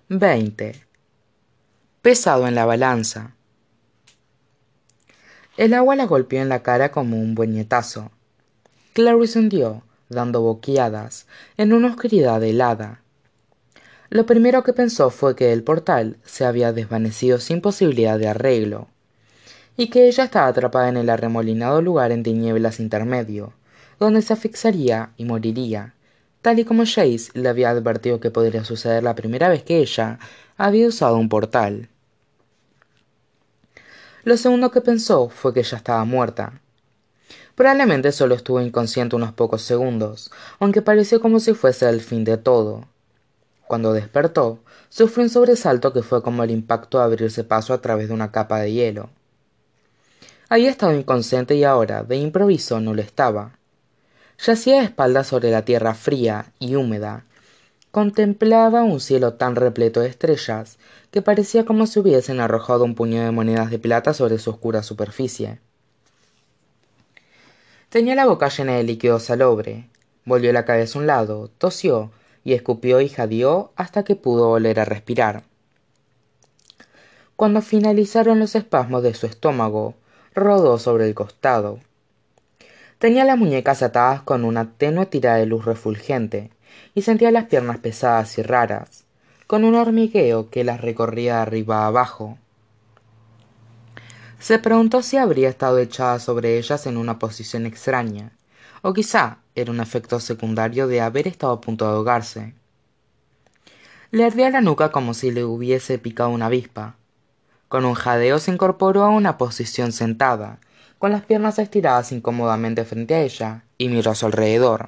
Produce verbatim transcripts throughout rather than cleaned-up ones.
Veinte. Pesado en la balanza. El agua la golpeó en la cara como un puñetazo. Clary se hundió, dando boqueadas, en una oscuridad helada. Lo primero que pensó fue que el portal se había desvanecido sin posibilidad de arreglo, y que ella estaba atrapada en el arremolinado lugar en tinieblas intermedio, donde se asfixiaría y moriría, tal y como Jace le había advertido que podría suceder la primera vez que ella había usado un portal. Lo segundo que pensó fue que ella estaba muerta. Probablemente solo estuvo inconsciente unos pocos segundos, aunque pareció como si fuese el fin de todo. Cuando despertó, sufrió un sobresalto que fue como el impacto de abrirse paso a través de una capa de hielo. Había estado inconsciente y ahora, de improviso, no lo estaba. Yacía de espaldas sobre la tierra fría y húmeda. Contemplaba un cielo tan repleto de estrellas que parecía como si hubiesen arrojado un puño de monedas de plata sobre su oscura superficie. Tenía la boca llena de líquido salobre. Volvió la cabeza a un lado, tosió y escupió y jadeó hasta que pudo volver a respirar. Cuando finalizaron los espasmos de su estómago, rodó sobre el costado. Tenía las muñecas atadas con una tenue tira de luz refulgente y sentía las piernas pesadas y raras, con un hormigueo que las recorría de arriba a abajo. Se preguntó si habría estado echada sobre ellas en una posición extraña, o quizá era un efecto secundario de haber estado a punto de ahogarse. Le ardía la nuca como si le hubiese picado una avispa. Con un jadeo se incorporó a una posición sentada, con las piernas estiradas incómodamente frente a ella, y miró a su alrededor.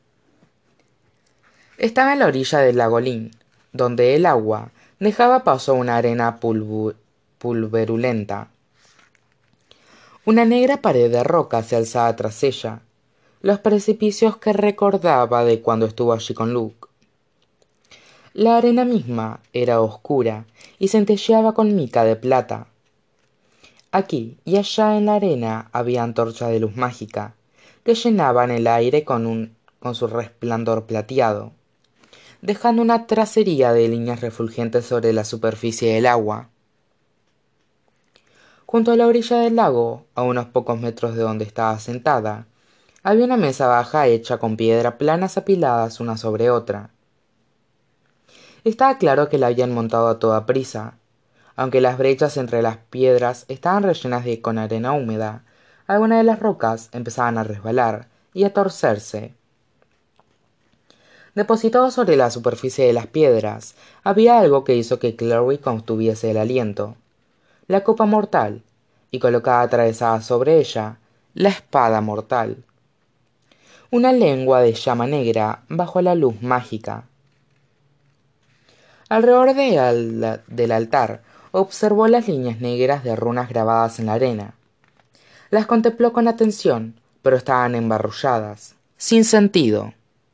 Estaba en la orilla del lago Lynn, donde el agua dejaba paso a una arena pulvu- pulverulenta. Una negra pared de roca se alzaba tras ella, los precipicios que recordaba de cuando estuvo allí con Luke. La arena misma era oscura y centelleaba con mica de plata. Aquí y allá en la arena había antorchas de luz mágica, que llenaban el aire con, un, con su resplandor plateado, dejando una tracería de líneas refulgentes sobre la superficie del agua. Junto a la orilla del lago, a unos pocos metros de donde estaba sentada, había una mesa baja hecha con piedra planas apiladas una sobre otra. Estaba claro que la habían montado a toda prisa. Aunque las brechas entre las piedras estaban rellenas de con arena húmeda, algunas de las rocas empezaban a resbalar y a torcerse. Depositado sobre la superficie de las piedras, había algo que hizo que Clary contuviese el aliento. La copa mortal, y colocada atravesada sobre ella, la espada mortal. Una lengua de llama negra bajo la luz mágica. Alrededor de al- del altar observó las líneas negras de runas grabadas en la arena. Las contempló con atención, pero estaban embarrulladas, sin sentido.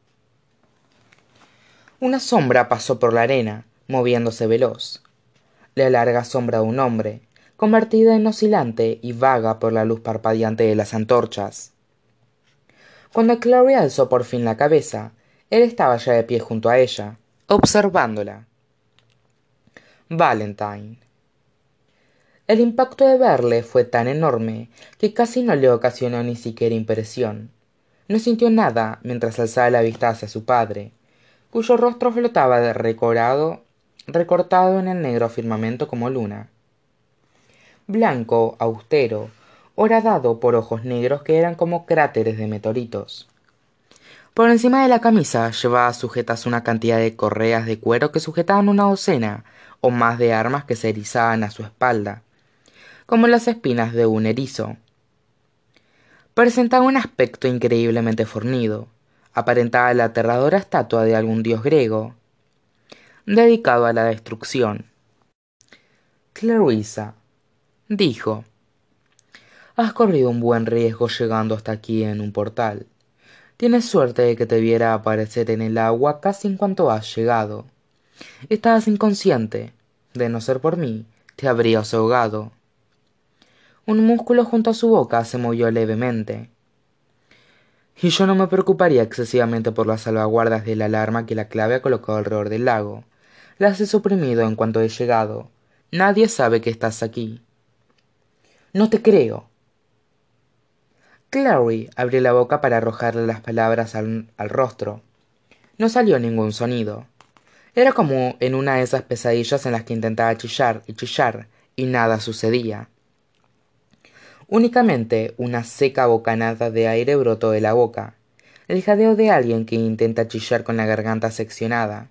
Una sombra pasó por la arena, moviéndose veloz. La larga sombra de un hombre, convertida en oscilante y vaga por la luz parpadeante de las antorchas. Cuando Clary alzó por fin la cabeza, él estaba ya de pie junto a ella, observándola. Valentine. El impacto de verle fue tan enorme que casi no le ocasionó ni siquiera impresión. No sintió nada mientras alzaba la vista hacia su padre, cuyo rostro flotaba de recorado, recortado en el negro firmamento como luna. Blanco, austero, horadado por ojos negros que eran como cráteres de meteoritos. Por encima de la camisa llevaba sujetas una cantidad de correas de cuero que sujetaban una docena o más de armas que se erizaban a su espalda, como las espinas de un erizo. Presentaba un aspecto increíblemente fornido. Aparentaba la aterradora estatua de algún dios griego, dedicado a la destrucción. Clarissa, dijo, has corrido un buen riesgo llegando hasta aquí en un portal. Tienes suerte de que te viera aparecer en el agua casi en cuanto has llegado. Estabas inconsciente. De no ser por mí, te habrías ahogado. Un músculo junto a su boca se movió levemente. Y yo no me preocuparía excesivamente por las salvaguardas de la alarma que la clave ha colocado alrededor del lago. Las he suprimido en cuanto he llegado. Nadie sabe que estás aquí. No te creo. Clary abrió la boca para arrojarle las palabras al, al rostro. No salió ningún sonido. Era como en una de esas pesadillas en las que intentaba chillar y chillar, y nada sucedía. Únicamente una seca bocanada de aire brotó de la boca, el jadeo de alguien que intenta chillar con la garganta seccionada.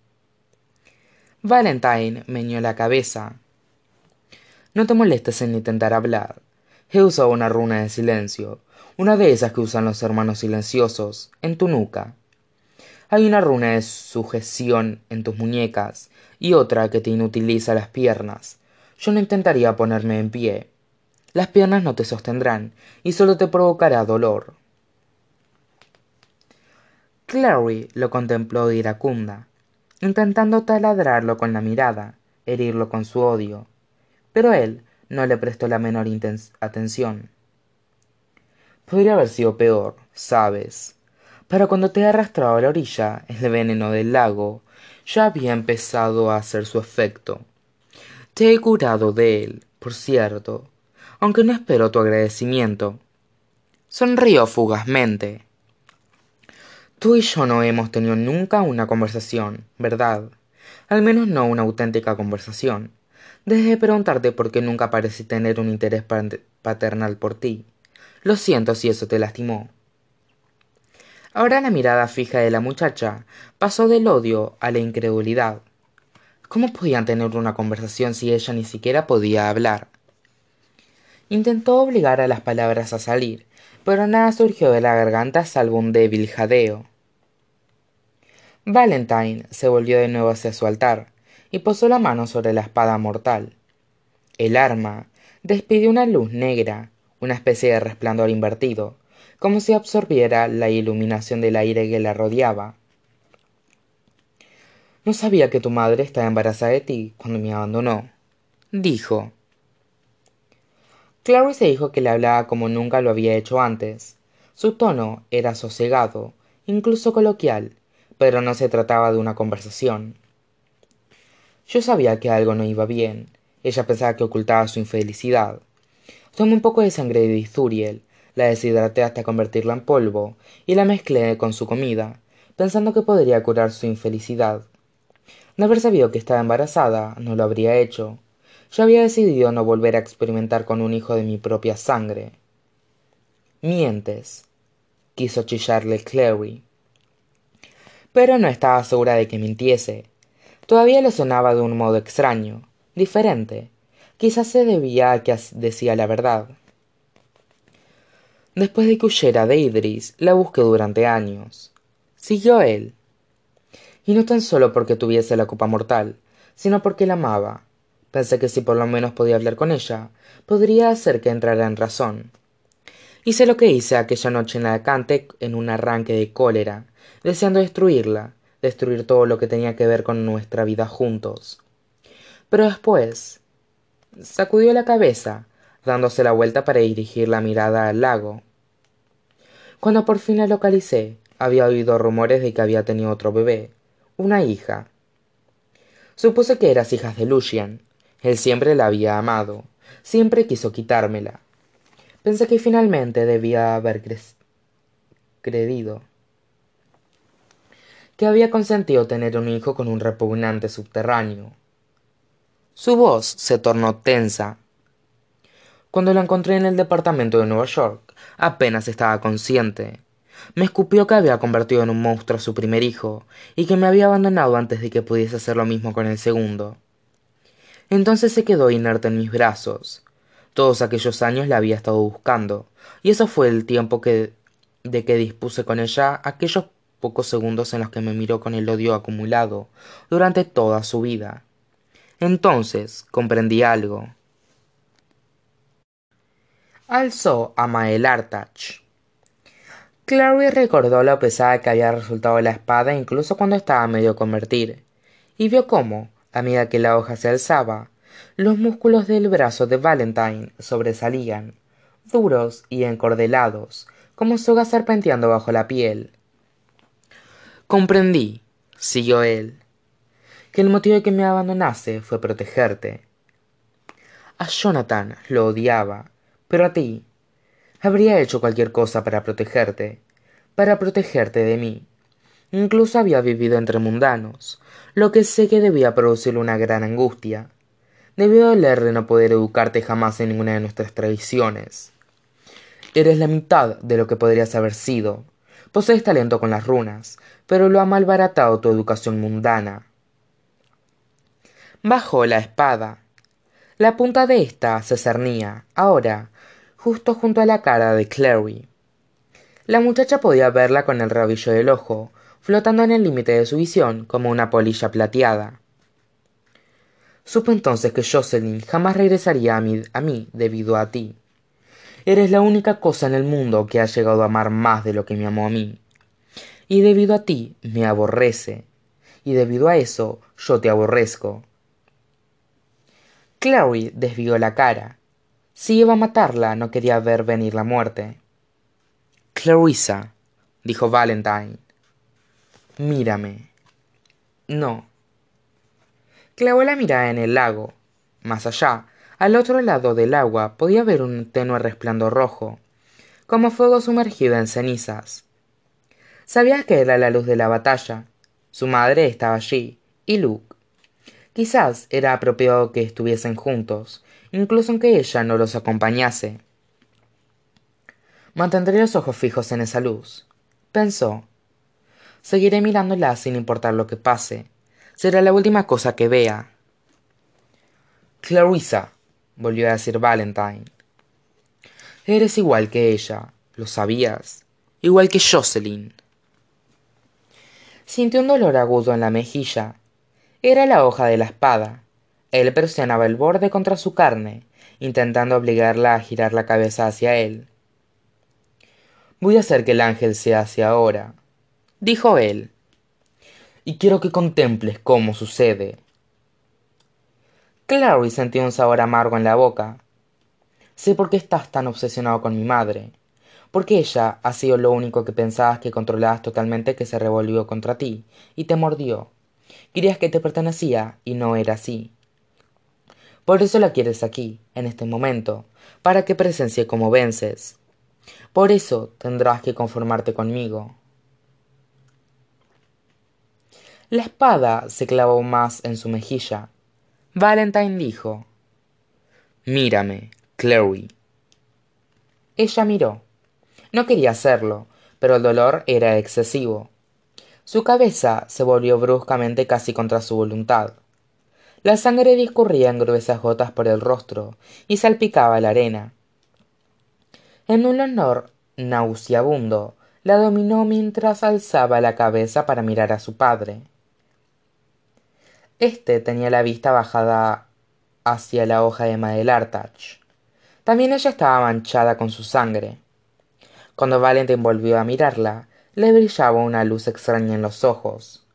Valentine meneó la cabeza. No te molestes en intentar hablar. He usado una runa de silencio, una de esas que usan los hermanos silenciosos, en tu nuca. Hay una runa de sujeción en tus muñecas y otra que te inutiliza las piernas. Yo no intentaría ponerme en pie. Las piernas no te sostendrán y solo te provocará dolor. Clary lo contempló iracunda, intentando taladrarlo con la mirada, herirlo con su odio, pero él no le prestó la menor atención. Podría haber sido peor, sabes. Para cuando te he arrastrado a la orilla, el veneno del lago ya había empezado a hacer su efecto. Te he curado de él, por cierto, aunque no espero tu agradecimiento. Sonrió fugazmente. Tú y yo no hemos tenido nunca una conversación, ¿verdad? Al menos no una auténtica conversación. Dejé de preguntarte por qué nunca parecí tener un interés paternal por ti. Lo siento si eso te lastimó. Ahora la mirada fija de la muchacha pasó del odio a la incredulidad. ¿Cómo podían tener una conversación si ella ni siquiera podía hablar? Intentó obligar a las palabras a salir, pero nada surgió de la garganta salvo un débil jadeo. Valentine se volvió de nuevo hacia su altar y posó la mano sobre la espada mortal. El arma despidió una luz negra, una especie de resplandor invertido, como si absorbiera la iluminación del aire que la rodeaba. No sabía que tu madre estaba embarazada de ti cuando me abandonó, dijo. Clary se dijo que le hablaba como nunca lo había hecho antes. Su tono era sosegado, incluso coloquial, pero no se trataba de una conversación. Yo sabía que algo no iba bien. Ella pensaba que ocultaba su infelicidad. Tomé un poco de sangre de Dithuriel, la deshidraté hasta convertirla en polvo y la mezclé con su comida, pensando que podría curar su infelicidad. De haber sabido que estaba embarazada, no lo habría hecho. Yo había decidido no volver a experimentar con un hijo de mi propia sangre. Mientes, quiso chillarle Clary. Pero no estaba segura de que mintiese. Todavía le sonaba de un modo extraño, diferente. Quizás se debía a que decía la verdad. Después de que huyera de Idris, la busqué durante años. Siguió él. Y no tan solo porque tuviese la copa mortal, sino porque la amaba. Pensé que si por lo menos podía hablar con ella, podría hacer que entrara en razón. Hice lo que hice aquella noche en la Alicante en un arranque de cólera, deseando destruirla, destruir todo lo que tenía que ver con nuestra vida juntos. Pero después sacudió la cabeza, dándose la vuelta para dirigir la mirada al lago. Cuando por fin la localicé, había oído rumores de que había tenido otro bebé, una hija. Supuse que eras hija de Lucien. Él siempre la había amado, siempre quiso quitármela. Pensé que finalmente debía haber creído que había consentido tener un hijo con un repugnante subterráneo. Su voz se tornó tensa. Cuando lo encontré en el departamento de Nueva York, apenas estaba consciente. Me escupió que había convertido en un monstruo a su primer hijo, y que me había abandonado antes de que pudiese hacer lo mismo con el segundo. Entonces se quedó inerte en mis brazos. Todos aquellos años la había estado buscando, y eso fue el tiempo que, de que dispuse con ella aquellos pocos segundos en los que me miró con el odio acumulado durante toda su vida. Entonces comprendí algo. Alzó a Mael Artach. Clary recordó lo pesada que había resultado la espada incluso cuando estaba a medio convertir, y vio cómo, a medida que la hoja se alzaba, los músculos del brazo de Valentine sobresalían, duros y encordelados, como sogas serpenteando bajo la piel. Comprendí, siguió él. que el motivo de que me abandonase fue protegerte. A Jonathan lo odiaba, pero a ti habría hecho cualquier cosa para protegerte, para protegerte de mí. Incluso había vivido entre mundanos, lo que sé que debía producirle una gran angustia. Debió dolerle no poder educarte jamás en ninguna de nuestras tradiciones. Eres la mitad de lo que podrías haber sido. Posees talento con las runas, pero lo ha malbaratado tu educación mundana. Bajó la espada. La punta de ésta se cernía, ahora, justo junto a la cara de Clary. La muchacha podía verla con el rabillo del ojo, flotando en el límite de su visión como una polilla plateada. Supe entonces que Jocelyn jamás regresaría a mí, a mí debido a ti. Eres la única cosa en el mundo que ha llegado a amar más de lo que me amó a mí. Y debido a ti me aborrece. Y debido a eso yo te aborrezco. Clary desvió la cara. Si iba a matarla, no quería ver venir la muerte. Clarissa, dijo Valentine, mírame. No. Clavó la mirada en el lago. Más allá, al otro lado del agua, podía ver un tenue resplandor rojo, como fuego sumergido en cenizas. Sabía que era la luz de la batalla. Su madre estaba allí, y Luke. Quizás era apropiado que estuviesen juntos, incluso aunque ella no los acompañase. Mantendré los ojos fijos en esa luz, pensó. Seguiré mirándola sin importar lo que pase. Será la última cosa que vea. Clarissa, volvió a decir Valentine. Eres igual que ella, ¿lo sabías? Igual que Jocelyn. Sintió un dolor agudo en la mejilla. Era la hoja de la espada. Él presionaba el borde contra su carne, intentando obligarla a girar la cabeza hacia él. Voy a hacer que el ángel se hace ahora, dijo él, y quiero que contemples cómo sucede. Clary sentía un sabor amargo en la boca. Sé por qué estás tan obsesionado con mi madre. Porque ella ha sido lo único que pensabas que controlabas totalmente, que se revolvió contra ti y te mordió. Querías que te pertenecía y no era así. Por eso la quieres aquí, en este momento, para que presencie cómo vences. Por eso tendrás que conformarte conmigo. La espada se clavó más en su mejilla. Valentine dijo: Mírame, Clary. Ella miró. No quería hacerlo, pero el dolor era excesivo. Su cabeza se volvió bruscamente casi contra su voluntad. La sangre discurría en gruesas gotas por el rostro y salpicaba la arena. En un honor nauseabundo, la dominó mientras alzaba la cabeza para mirar a su padre. Este tenía la vista bajada hacia la hoja de Madelartach. También ella estaba manchada con su sangre. Cuando Valentine volvió a mirarla, le brillaba una luz extraña en los ojos.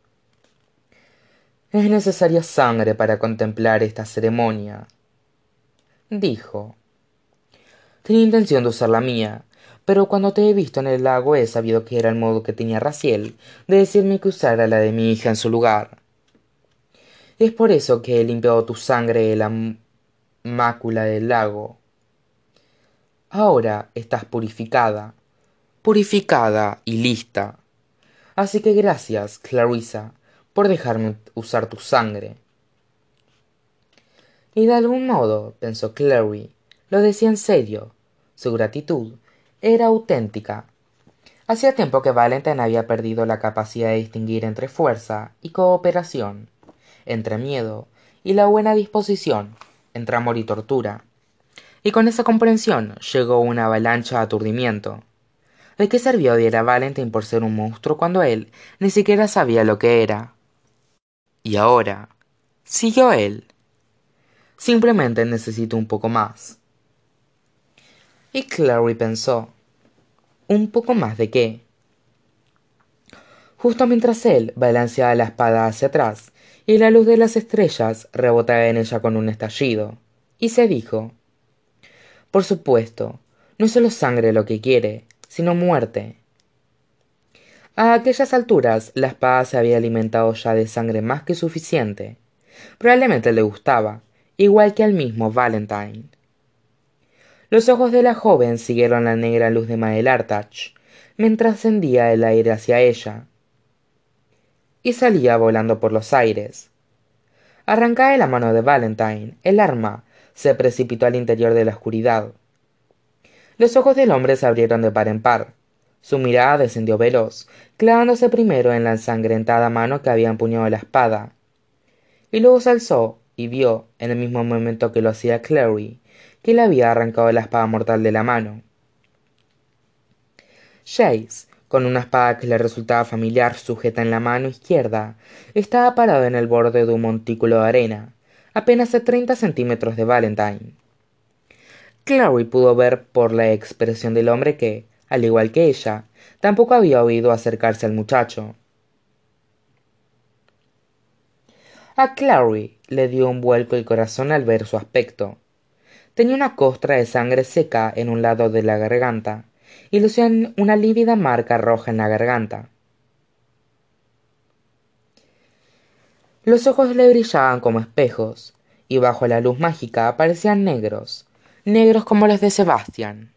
Es necesaria sangre para contemplar esta ceremonia, dijo. Tenía intención de usar la mía, pero cuando te he visto en el lago he sabido que era el modo que tenía Raziel de decirme que usara la de mi hija en su lugar. Es por eso que he limpiado tu sangre de la mácula del lago. Ahora estás purificada, purificada y lista. Así que gracias, Clarissa, por dejarme usar tu sangre. Y de algún modo, pensó Clary, lo decía en serio. Su gratitud era auténtica. Hacía tiempo que Valentine había perdido la capacidad de distinguir entre fuerza y cooperación, entre miedo y la buena disposición, entre amor y tortura. Y con esa comprensión llegó una avalancha de aturdimiento. ¿De qué servía odiar a Valentine por ser un monstruo cuando él ni siquiera sabía lo que era? Y ahora, siguió él. Simplemente necesito un poco más. Y Clary pensó, ¿un poco más de qué? Justo mientras él balanceaba la espada hacia atrás y la luz de las estrellas rebotaba en ella con un estallido, y se dijo: Por supuesto, no es solo sangre lo que quiere, sino muerte. A aquellas alturas, la espada se había alimentado ya de sangre más que suficiente. Probablemente le gustaba, igual que al mismo Valentine. Los ojos de la joven siguieron la negra luz de Maelartach, mientras ascendía el aire hacia ella, y salía volando por los aires. Arrancada de la mano de Valentine, el arma se precipitó al interior de la oscuridad. Los ojos del hombre se abrieron de par en par. Su mirada descendió veloz, clavándose primero en la ensangrentada mano que había empuñado la espada, y luego se alzó y vio, en el mismo momento que lo hacía Clary, que le había arrancado la espada mortal de la mano. Jace, con una espada que le resultaba familiar sujeta en la mano izquierda, estaba parado en el borde de un montículo de arena, apenas a treinta centímetros de Valentine. Clary pudo ver por la expresión del hombre que, al igual que ella, tampoco había oído acercarse al muchacho. A Clary le dio un vuelco el corazón al ver su aspecto. Tenía una costra de sangre seca en un lado de la garganta, y lucía una lívida marca roja en la garganta. Los ojos le brillaban como espejos, y bajo la luz mágica parecían negros, negros como los de Sebastian.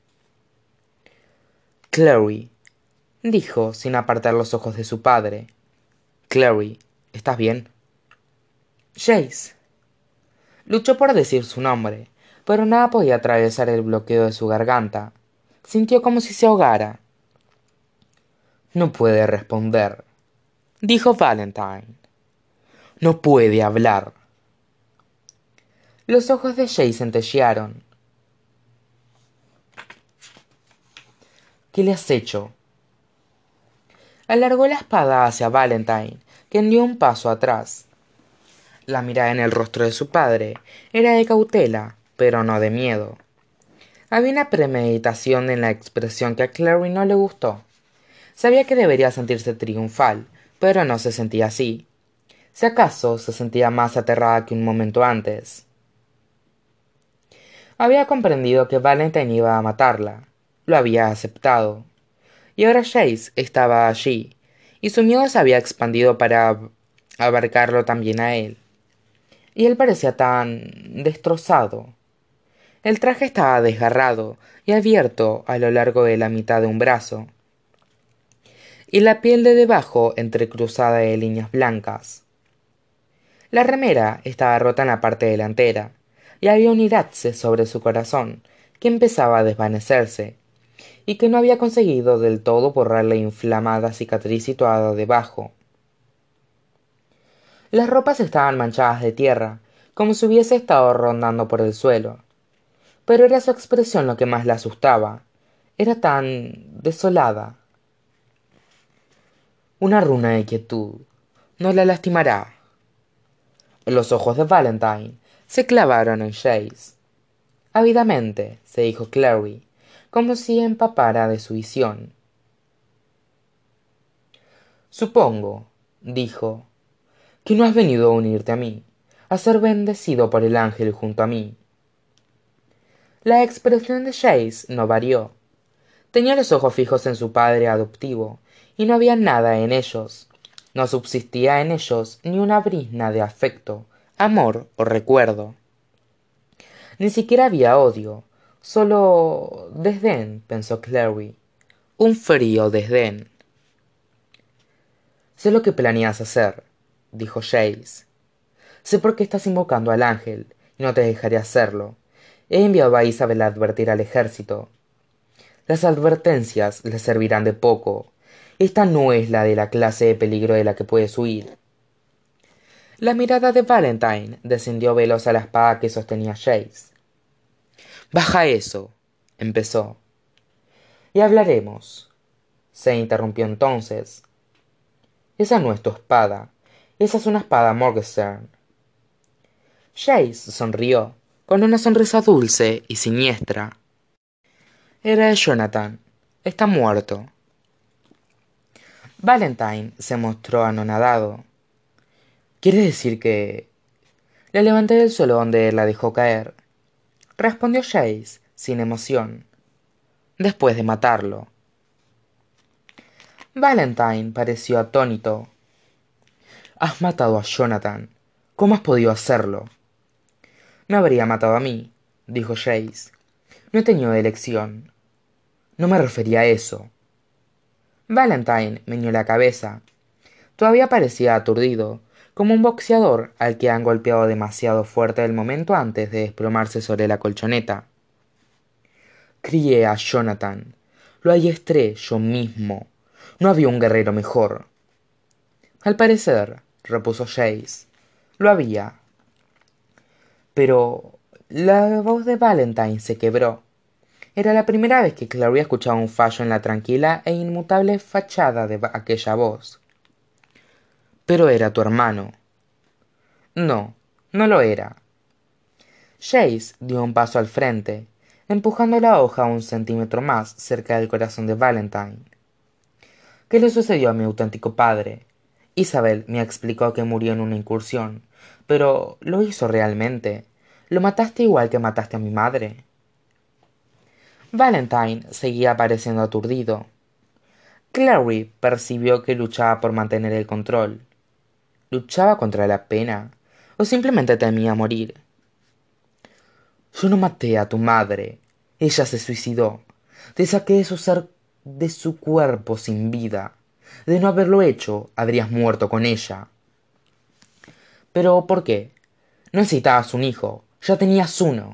Clary, dijo sin apartar los ojos de su padre. Clary, ¿estás bien? Jace. Luchó por decir su nombre, pero nada podía atravesar el bloqueo de su garganta. Sintió como si se ahogara. No puede responder, dijo Valentine. No puede hablar. Los ojos de Jace centellearon. ¿Qué le has hecho? Alargó la espada hacia Valentine, quien dio un paso atrás. La mirada en el rostro de su padre era de cautela, pero no de miedo. Había una premeditación en la expresión que a Clary no le gustó. Sabía que debería sentirse triunfal, pero no se sentía así. Si acaso se sentía más aterrada que un momento antes. Había comprendido que Valentine iba a matarla. Lo había aceptado. Y ahora Jace estaba allí, y su miedo se había expandido para abarcarlo también a él. Y él parecía tan destrozado. El traje estaba desgarrado y abierto a lo largo de la mitad de un brazo, y la piel de debajo entrecruzada de líneas blancas. La remera estaba rota en la parte delantera, y había un irache sobre su corazón, que empezaba a desvanecerse, y que no había conseguido del todo borrar la inflamada cicatriz situada debajo. Las ropas estaban manchadas de tierra, como si hubiese estado rondando por el suelo. Pero era su expresión lo que más la asustaba. Era tan desolada. Una runa de quietud. No la lastimará. Los ojos de Valentine se clavaron en Jace. Ávidamente, se dijo Clary, como si empapara de su visión. Supongo, dijo, que no has venido a unirte a mí, a ser bendecido por el ángel junto a mí. La expresión de Jace no varió. Tenía los ojos fijos en su padre adoptivo, y no había nada en ellos. No subsistía en ellos ni una brizna de afecto, amor o recuerdo. Ni siquiera había odio, solo desdén, pensó Clary. Un frío desdén. Sé lo que planeas hacer, dijo Jace. Sé por qué estás invocando al ángel, y no te dejaré hacerlo. He enviado a Isabel a advertir al ejército. Las advertencias le servirán de poco. Esta no es la de la clase de peligro de la que puedes huir. La mirada de Valentine descendió veloz a la espada que sostenía Jace. Baja eso, empezó. Y hablaremos. Se interrumpió entonces. Esa no es tu espada. Esa es una espada Morgenstern. Jace sonrió, con una sonrisa dulce y siniestra. Era de Jonathan. Está muerto. Valentine se mostró anonadado. ¿Quiere decir que...? La levanté del suelo donde la dejó caer, respondió Jace, sin emoción. Después de matarlo. Valentine pareció atónito. «Has matado a Jonathan. ¿Cómo has podido hacerlo?» «Me habría matado a mí», dijo Jace. «No he tenido elección». «No me refería a eso». Valentine meneó la cabeza. Todavía parecía aturdido, como un boxeador al que han golpeado demasiado fuerte el momento antes de desplomarse sobre la colchoneta. «Crié a Jonathan. Lo adiestré yo mismo. No había un guerrero mejor». «Al parecer», repuso Jace, «lo había». Pero la voz de Valentine se quebró. Era la primera vez que Clary escuchaba un fallo en la tranquila e inmutable fachada de aquella voz. «Pero era tu hermano». «No, no lo era». Jace dio un paso al frente, empujando la hoja un centímetro más cerca del corazón de Valentine. «¿Qué le sucedió a mi auténtico padre? Isabel me explicó que murió en una incursión, pero ¿lo hizo realmente? ¿Lo mataste igual que mataste a mi madre?» Valentine seguía pareciendo aturdido. Clary percibió que luchaba por mantener el control. ¿Luchaba contra la pena? ¿O simplemente temía morir? «Yo no maté a tu madre. Ella se suicidó. Te saqué de su ser, de su cuerpo sin vida. De no haberlo hecho, habrías muerto con ella». «¿Pero por qué? No necesitabas un hijo. Ya tenías uno».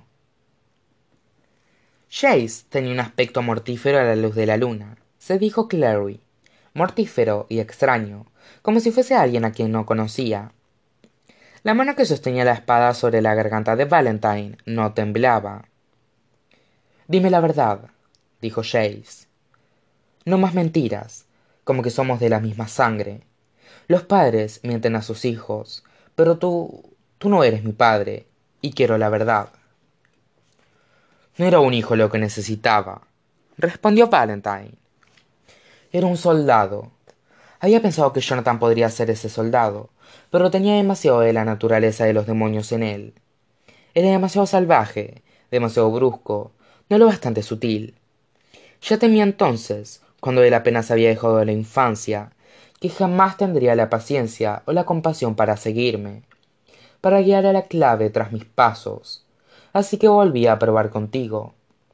Jace tenía un aspecto mortífero a la luz de la luna, se dijo Clary. Mortífero y extraño, como si fuese alguien a quien no conocía. La mano que sostenía la espada sobre la garganta de Valentine no temblaba. «Dime la verdad», dijo Jace. «No más mentiras, como que somos de la misma sangre. Los padres mienten a sus hijos, pero tú... tú no eres mi padre, y quiero la verdad». «No era un hijo lo que necesitaba», respondió Valentine. «Era un soldado. Había pensado que Jonathan podría ser ese soldado, pero tenía demasiado de la naturaleza de los demonios en él. Era demasiado salvaje, demasiado brusco, no lo bastante sutil. Ya temía entonces, cuando él apenas había dejado de la infancia, que jamás tendría la paciencia o la compasión para seguirme, para guiar a la clave tras mis pasos. Así que volví a probar contigo.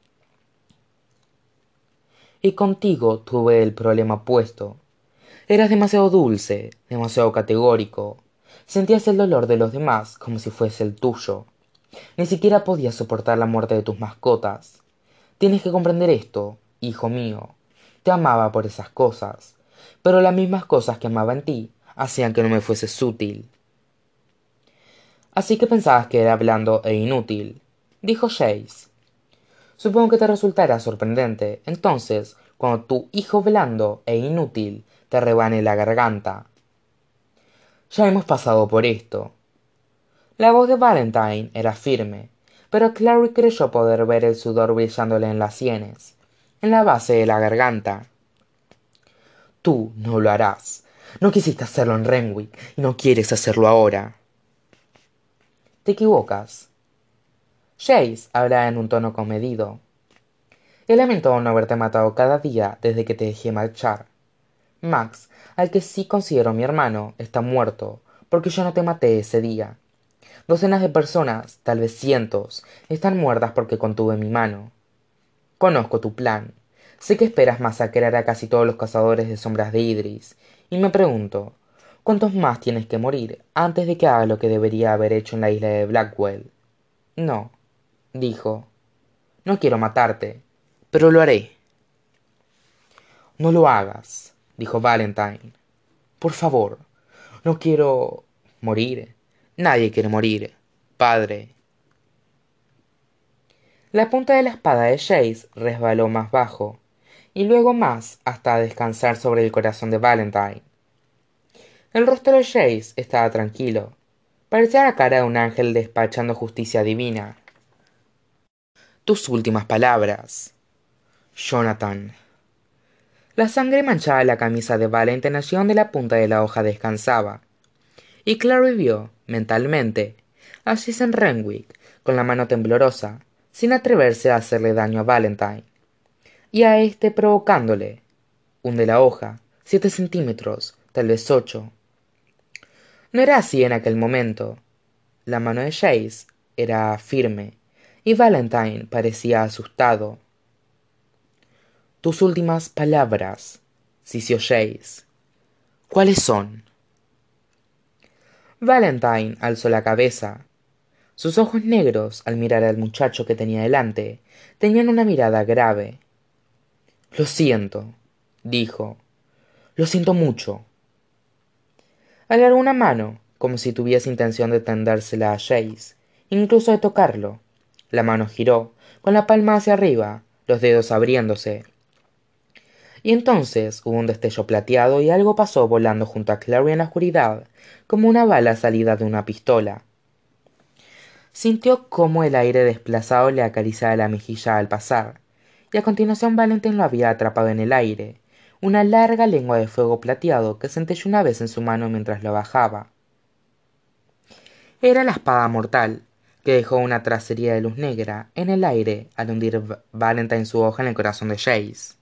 Y contigo tuve el problema opuesto. Eras demasiado dulce, demasiado categórico. Sentías el dolor de los demás como si fuese el tuyo. Ni siquiera podías soportar la muerte de tus mascotas. Tienes que comprender esto, hijo mío. Te amaba por esas cosas, pero las mismas cosas que amaba en ti hacían que no me fueses útil». «Así que pensabas que era blando e inútil», dijo Jace. «Supongo que te resultará sorprendente, entonces, cuando tu hijo blando e inútil te rebane la garganta». «Ya hemos pasado por esto». La voz de Valentine era firme, pero Clary creyó poder ver el sudor brillándole en las sienes, en la base de la garganta. «Tú no lo harás. No quisiste hacerlo en Renwick y no quieres hacerlo ahora». «Te equivocas». Jace hablaba en un tono comedido. «He lamentado no haberte matado cada día desde que te dejé marchar. Max, al que sí considero mi hermano, está muerto, porque yo no te maté ese día. Docenas de personas, tal vez cientos, están muertas porque contuve mi mano. Conozco tu plan. Sé que esperas masacrar a casi todos los cazadores de sombras de Idris, y me pregunto, ¿cuántos más tienes que morir antes de que haga lo que debería haber hecho en la isla de Blackwell? No, dijo. No quiero matarte, pero lo haré. No lo hagas, dijo Valentine. Por favor, no quiero morir. Nadie quiere morir, padre. La punta de la espada de Jace resbaló más bajo, y luego más hasta descansar sobre el corazón de Valentine. El rostro de Jace estaba tranquilo. Parecía la cara de un ángel despachando justicia divina. Tus últimas palabras, Jonathan. La sangre manchaba la camisa de Valentine allí donde la punta de la hoja descansaba. Y Clary vio, mentalmente, a Jason Renwick, con la mano temblorosa, sin atreverse a hacerle daño a Valentine. Y a éste provocándole, un de la hoja, Siete centímetros, tal vez ocho. No era así en aquel momento. La mano de Jace era firme, y Valentine parecía asustado. Tus últimas palabras, sisió Jace. ¿Cuáles son? Valentine alzó la cabeza. Sus ojos negros, al mirar al muchacho que tenía delante, tenían una mirada grave. Lo siento, dijo. Lo siento mucho. Alargó una mano, como si tuviese intención de tendérsela a Jace, incluso de tocarlo. La mano giró, con la palma hacia arriba, los dedos abriéndose. Y entonces hubo un destello plateado y algo pasó volando junto a Clary en la oscuridad, como una bala salida de una pistola. Sintió cómo el aire desplazado le acariciaba la mejilla al pasar, y a continuación Valentín lo había atrapado en el aire, una larga lengua de fuego plateado que centelló una vez en su mano mientras lo bajaba. Era la espada mortal, que dejó una tracería de luz negra en el aire al hundir Valentine su hoja en el corazón de Jace.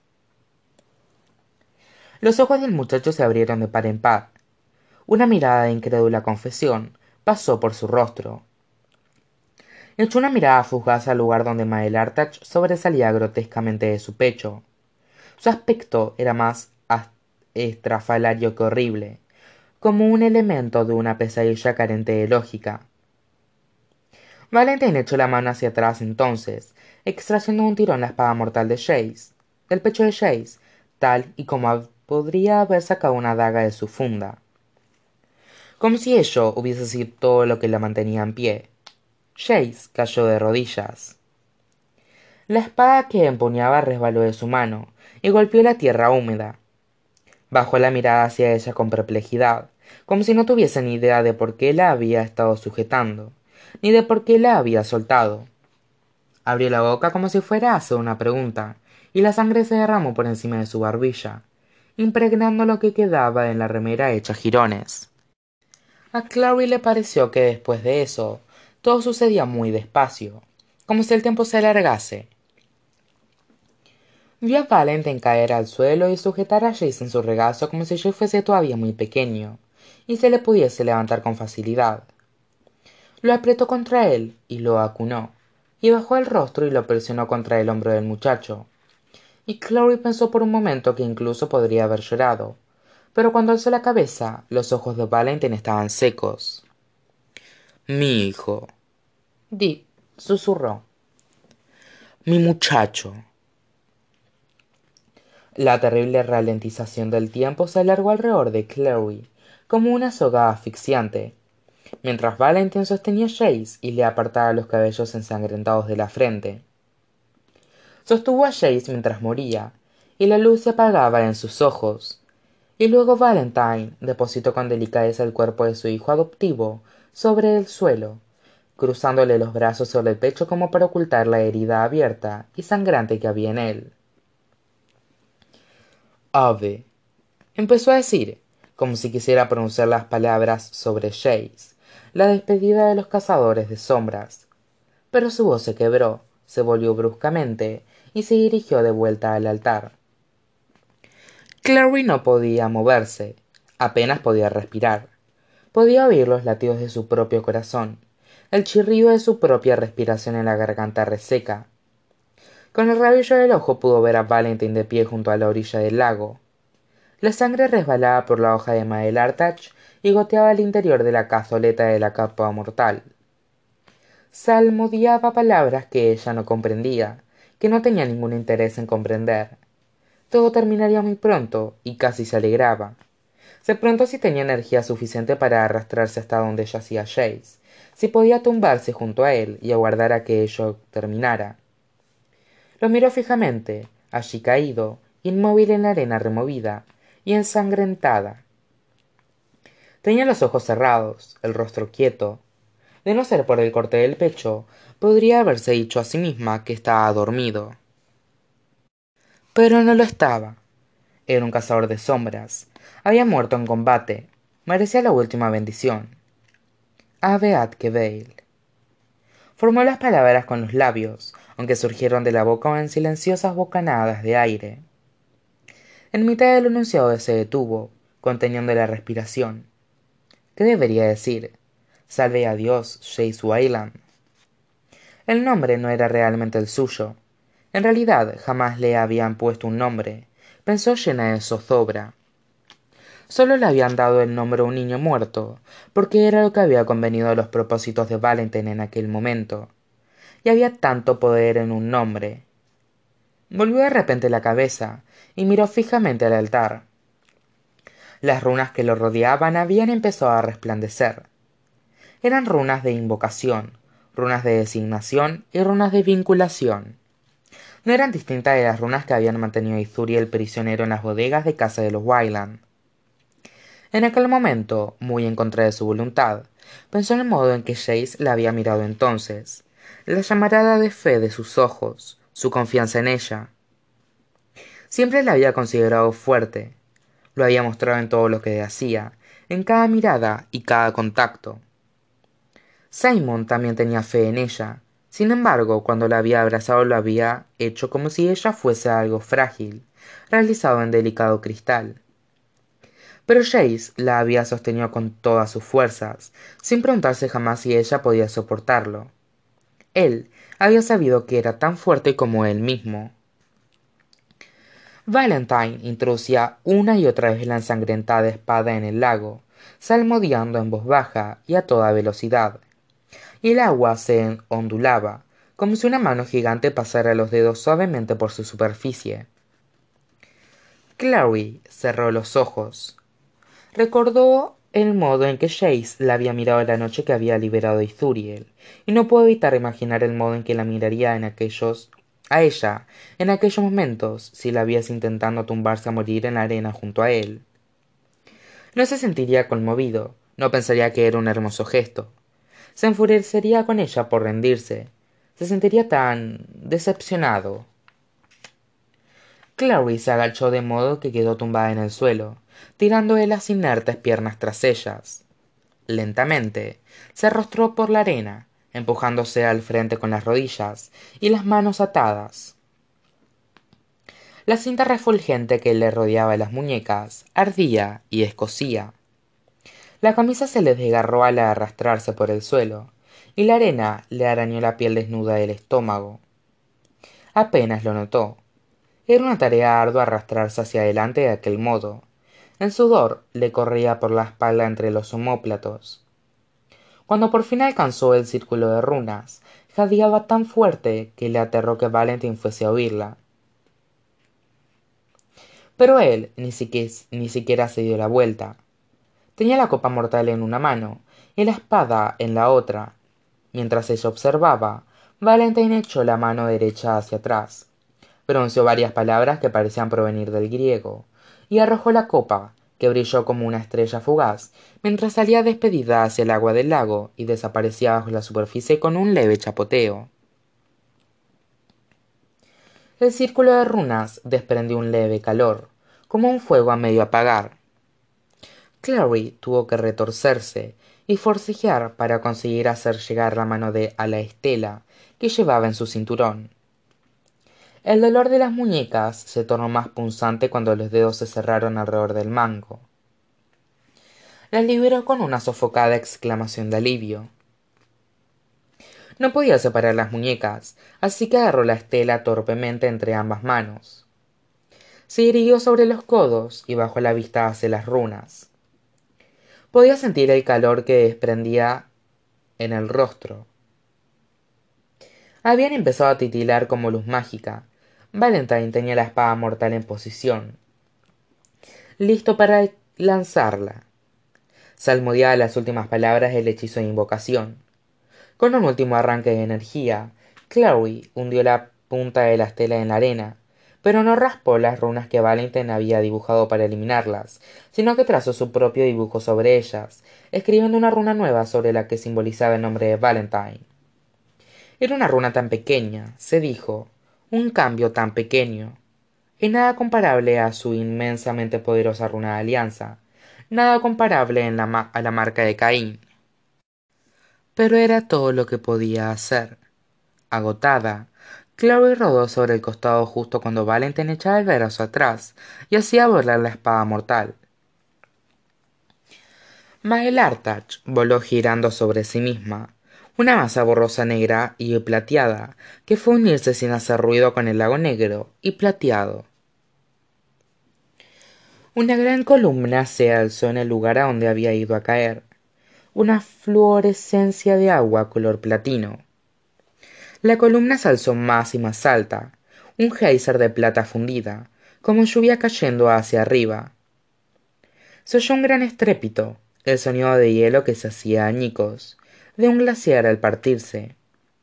Los ojos del muchacho se abrieron de par en par. Una mirada de incrédula confesión pasó por su rostro. Echó una mirada fugaz al lugar donde Mael Artach sobresalía grotescamente de su pecho. Su aspecto era más estrafalario que horrible, como un elemento de una pesadilla carente de lógica. Valentín echó la mano hacia atrás entonces, extrayendo un tirón la espada mortal de Jace, del pecho de Jace, tal y como podría haber sacado una daga de su funda. Como si ello hubiese sido todo lo que la mantenía en pie. Jace cayó de rodillas. La espada que empuñaba resbaló de su mano y golpeó la tierra húmeda. Bajó la mirada hacia ella con perplejidad, como si no tuviese ni idea de por qué la había estado sujetando, ni de por qué la había soltado. Abrió la boca como si fuera a hacer una pregunta, y la sangre se derramó por encima de su barbilla, impregnando lo que quedaba en la remera hecha jirones. A Clary le pareció que después de eso, todo sucedía muy despacio, como si el tiempo se alargase. Vio a Valentine caer al suelo y sujetar a Jace en su regazo como si yo fuese todavía muy pequeño, y se le pudiese levantar con facilidad. Lo apretó contra él y lo acunó, y bajó el rostro y lo presionó contra el hombro del muchacho. Y Clary pensó por un momento que incluso podría haber llorado, pero cuando alzó la cabeza, los ojos de Valentine estaban secos. Mi hijo, Di, susurró. Mi muchacho. La terrible ralentización del tiempo se alargó alrededor de Clary, como una soga asfixiante, mientras Valentine sostenía a Jace y le apartaba los cabellos ensangrentados de la frente. Sostuvo a Jace mientras moría, y la luz se apagaba en sus ojos, y luego Valentine depositó con delicadeza el cuerpo de su hijo adoptivo sobre el suelo, cruzándole los brazos sobre el pecho como para ocultar la herida abierta y sangrante que había en él. Ave, empezó a decir, como si quisiera pronunciar las palabras sobre Jace, la despedida de los cazadores de sombras, pero su voz se quebró, se volvió bruscamente y se dirigió de vuelta al altar. Clary no podía moverse, apenas podía respirar. Podía oír los latidos de su propio corazón, el chirrido de su propia respiración en la garganta reseca. Con el rabillo del ojo pudo ver a Valentine de pie junto a la orilla del lago. La sangre resbalaba por la hoja de Mael Artach y goteaba al interior de la cazoleta de la capa mortal. Salmodiaba palabras que ella no comprendía, que no tenía ningún interés en comprender. Todo terminaría muy pronto, y casi se alegraba. Se preguntó si tenía energía suficiente para arrastrarse hasta donde yacía Jace, si podía tumbarse junto a él y aguardar a que ello terminara. Lo miró fijamente, allí caído, inmóvil en la arena removida y ensangrentada. Tenía los ojos cerrados, el rostro quieto. De no ser por el corte del pecho, podría haberse dicho a sí misma que estaba dormido. Pero no lo estaba. Era un cazador de sombras. Había muerto en combate. Merecía la última bendición. Ave ad Keveil. Formó las palabras con los labios, aunque surgieron de la boca en silenciosas bocanadas de aire. En mitad del enunciado se detuvo, conteniendo la respiración. ¿Qué debería decir? Salve a Dios, Chase Wayland. El nombre no era realmente el suyo. En realidad jamás le habían puesto un nombre, pensó llena de zozobra. Solo le habían dado el nombre a un niño muerto, porque era lo que había convenido a los propósitos de Valentine en aquel momento. Y había tanto poder en un nombre. Volvió de repente la cabeza y miró fijamente al altar. Las runas que lo rodeaban habían empezado a resplandecer. Eran runas de invocación, runas de designación y runas de vinculación. No eran distintas de las runas que habían mantenido a Ithuriel prisionero en las bodegas de casa de los Wayland. En aquel momento, muy en contra de su voluntad, pensó en el modo en que Chase la había mirado entonces, la llamarada de fe de sus ojos, su confianza en ella. Siempre la había considerado fuerte, lo había mostrado en todo lo que hacía, en cada mirada y cada contacto. Simon también tenía fe en ella, sin embargo, cuando la había abrazado lo había hecho como si ella fuese algo frágil, realizado en delicado cristal. Pero Chase la había sostenido con todas sus fuerzas, sin preguntarse jamás si ella podía soportarlo. Él había sabido que era tan fuerte como él mismo. Valentine introducía una y otra vez la ensangrentada espada en el lago, salmodiando en voz baja y a toda velocidad, y el agua se ondulaba, como si una mano gigante pasara los dedos suavemente por su superficie. Clary cerró los ojos. Recordó el modo en que Chase la había mirado la noche que había liberado a Ithuriel, y no pudo evitar imaginar el modo en que la miraría en aquellos a ella en aquellos momentos si la viese intentando tumbarse a morir en la arena junto a él. No se sentiría conmovido, no pensaría que era un hermoso gesto. Se enfurecería con ella por rendirse. Se sentiría tan decepcionado. Clary se agachó de modo que quedó tumbada en el suelo, tirando de las inertes piernas tras ellas. Lentamente, se arrastró por la arena, empujándose al frente con las rodillas y las manos atadas. La cinta refulgente que le rodeaba las muñecas ardía y escocía. La camisa se le desgarró al arrastrarse por el suelo, y la arena le arañó la piel desnuda del estómago. Apenas lo notó. Era una tarea ardua arrastrarse hacia adelante de aquel modo. El sudor le corría por la espalda entre los omóplatos. Cuando por fin alcanzó el círculo de runas, jadeaba tan fuerte que le aterró que Valentine fuese a oírla. Pero él ni siquiera, ni siquiera se dio la vuelta. Tenía la copa mortal en una mano y la espada en la otra. Mientras ella observaba, Valentine echó la mano derecha hacia atrás, pronunció varias palabras que parecían provenir del griego, y arrojó la copa, que brilló como una estrella fugaz, mientras salía despedida hacia el agua del lago y desaparecía bajo la superficie con un leve chapoteo. El círculo de runas desprendió un leve calor, como un fuego a medio apagar. Clary tuvo que retorcerse y forcejear para conseguir hacer llegar la mano de a la estela que llevaba en su cinturón. El dolor de las muñecas se tornó más punzante cuando los dedos se cerraron alrededor del mango. La liberó con una sofocada exclamación de alivio. No podía separar las muñecas, así que agarró la estela torpemente entre ambas manos. Se irguió sobre los codos y bajó la vista hacia las runas. Podía sentir el calor que desprendía en el rostro. Habían empezado a titilar como luz mágica. Valentine tenía la espada mortal en posición, listo para lanzarla. Salmodiaba las últimas palabras del hechizo de invocación. Con un último arranque de energía, Clary hundió la punta de la estela en la arena, pero no raspó las runas que Valentine había dibujado para eliminarlas, sino que trazó su propio dibujo sobre ellas, escribiendo una runa nueva sobre la que simbolizaba el nombre de Valentine. Era una runa tan pequeña, se dijo, un cambio tan pequeño, y nada comparable a su inmensamente poderosa runa de alianza, nada comparable en la ma- a la marca de Caín. Pero era todo lo que podía hacer. Agotada, Chloe rodó sobre el costado justo cuando Valentine echaba el brazo atrás y hacía volar la espada mortal. Maelartach voló girando sobre sí misma, una masa borrosa negra y plateada que fue a unirse sin hacer ruido con el lago negro y plateado. Una gran columna se alzó en el lugar a donde había ido a caer, una fluorescencia de agua color platino. La columna se alzó más y más alta, un geyser de plata fundida, como lluvia cayendo hacia arriba. Se oyó un gran estrépito, el sonido de hielo que se hacía añicos, de un glaciar al partirse.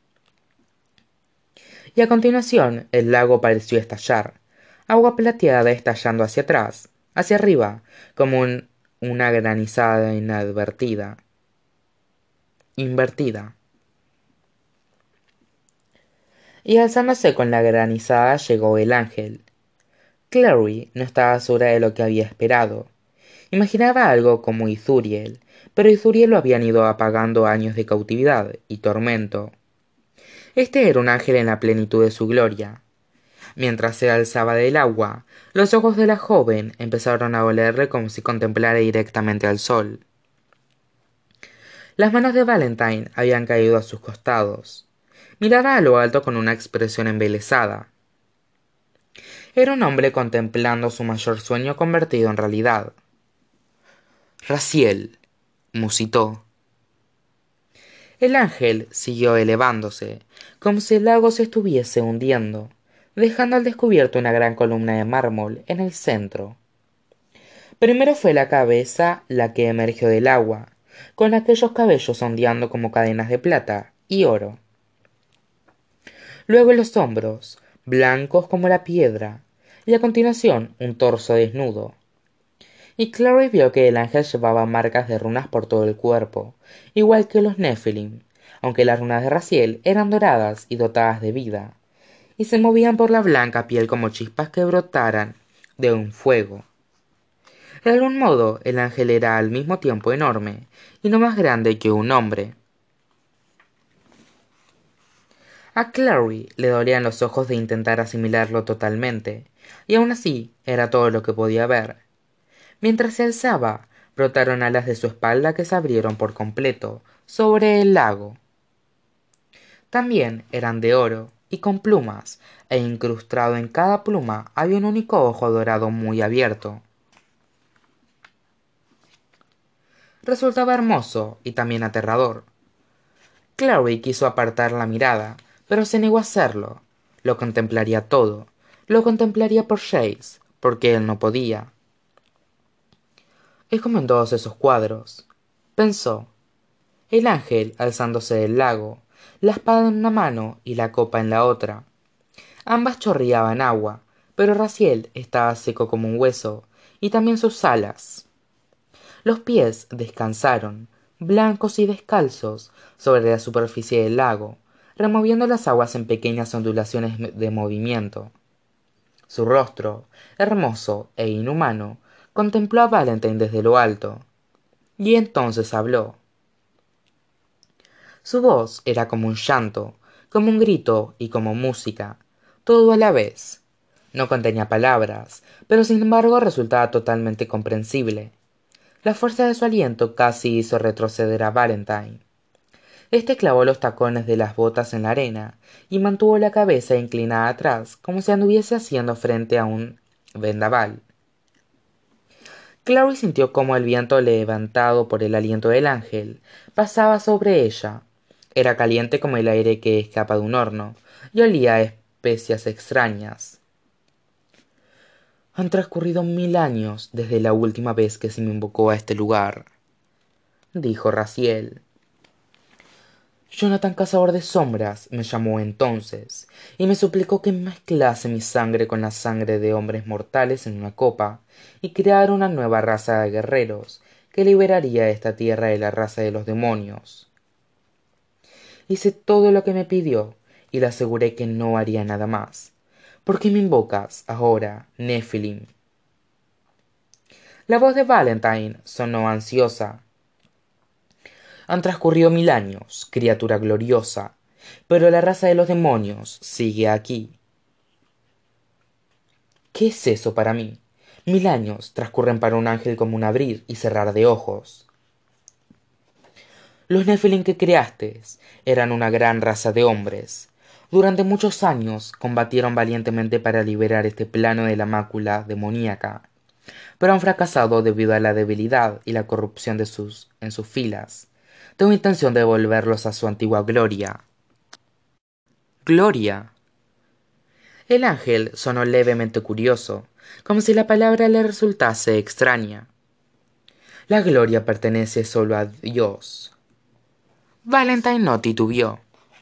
Y a continuación el lago pareció estallar, agua plateada estallando hacia atrás, hacia arriba, como un- una granizada inadvertida, invertida. Y alzándose con la granizada llegó el ángel. Clary no estaba segura de lo que había esperado. Imaginaba algo como Ithuriel, pero Ithuriel lo habían ido apagando años de cautividad y tormento. Este era un ángel en la plenitud de su gloria. Mientras se alzaba del agua, los ojos de la joven empezaron a olerle como si contemplara directamente al sol. Las manos de Valentine habían caído a sus costados. Miraba a lo alto con una expresión embelesada. Era un hombre contemplando su mayor sueño convertido en realidad. Raziel, musitó. El ángel siguió elevándose, como si el lago se estuviese hundiendo, dejando al descubierto una gran columna de mármol en el centro. Primero fue la cabeza la que emergió del agua, con aquellos cabellos ondeando como cadenas de plata y oro. Luego los hombros, blancos como la piedra, y a continuación un torso desnudo. Y Clary vio que el ángel llevaba marcas de runas por todo el cuerpo, igual que los Nephilim, aunque las runas de Raziel eran doradas y dotadas de vida, y se movían por la blanca piel como chispas que brotaran de un fuego. De algún modo, el ángel era al mismo tiempo enorme, y no más grande que un hombre. A Clary le dolían los ojos de intentar asimilarlo totalmente, y aun así era todo lo que podía ver. Mientras se alzaba, brotaron alas de su espalda que se abrieron por completo, sobre el lago. También eran de oro, y con plumas, e incrustado en cada pluma había un único ojo dorado muy abierto. Resultaba hermoso y también aterrador. Clary quiso apartar la mirada, pero se negó a hacerlo. Lo contemplaría todo. Lo contemplaría por Jace, porque él no podía. Es como en todos esos cuadros, pensó. El ángel alzándose del lago, la espada en una mano y la copa en la otra. Ambas chorreaban agua, pero Raziel estaba seco como un hueso, y también sus alas. Los pies descansaron, blancos y descalzos, sobre la superficie del lago, removiendo las aguas en pequeñas ondulaciones de movimiento. Su rostro, hermoso e inhumano, contempló a Valentine desde lo alto, y entonces habló. Su voz era como un llanto, como un grito y como música, todo a la vez. No contenía palabras, pero sin embargo resultaba totalmente comprensible. La fuerza de su aliento casi hizo retroceder a Valentine. Este clavó los tacones de las botas en la arena y mantuvo la cabeza inclinada atrás como si anduviese haciendo frente a un vendaval. Clary sintió cómo el viento levantado por el aliento del ángel pasaba sobre ella. Era caliente como el aire que escapa de un horno, y olía a especias extrañas. Han transcurrido mil años desde la última vez que se me invocó a este lugar, dijo Raziel. Jonathan Cazador de Sombras me llamó entonces, y me suplicó que mezclase mi sangre con la sangre de hombres mortales en una copa, y creara una nueva raza de guerreros, que liberaría esta tierra de la raza de los demonios. Hice todo lo que me pidió, y le aseguré que no haría nada más. ¿Por qué me invocas ahora, Nephilim? La voz de Valentine sonó ansiosa. Han transcurrido mil años, criatura gloriosa, pero la raza de los demonios sigue aquí. ¿Qué es eso para mí? Mil años transcurren para un ángel como un abrir y cerrar de ojos. Los Nephilim que creaste eran una gran raza de hombres. Durante muchos años combatieron valientemente para liberar este plano de la mácula demoníaca, pero han fracasado debido a la debilidad y la corrupción de sus, en sus filas. Tengo intención de devolverlos a su antigua gloria. ¿Gloria? El ángel sonó levemente curioso, como si la palabra le resultase extraña. La gloria pertenece solo a Dios. Valentine no titubeó.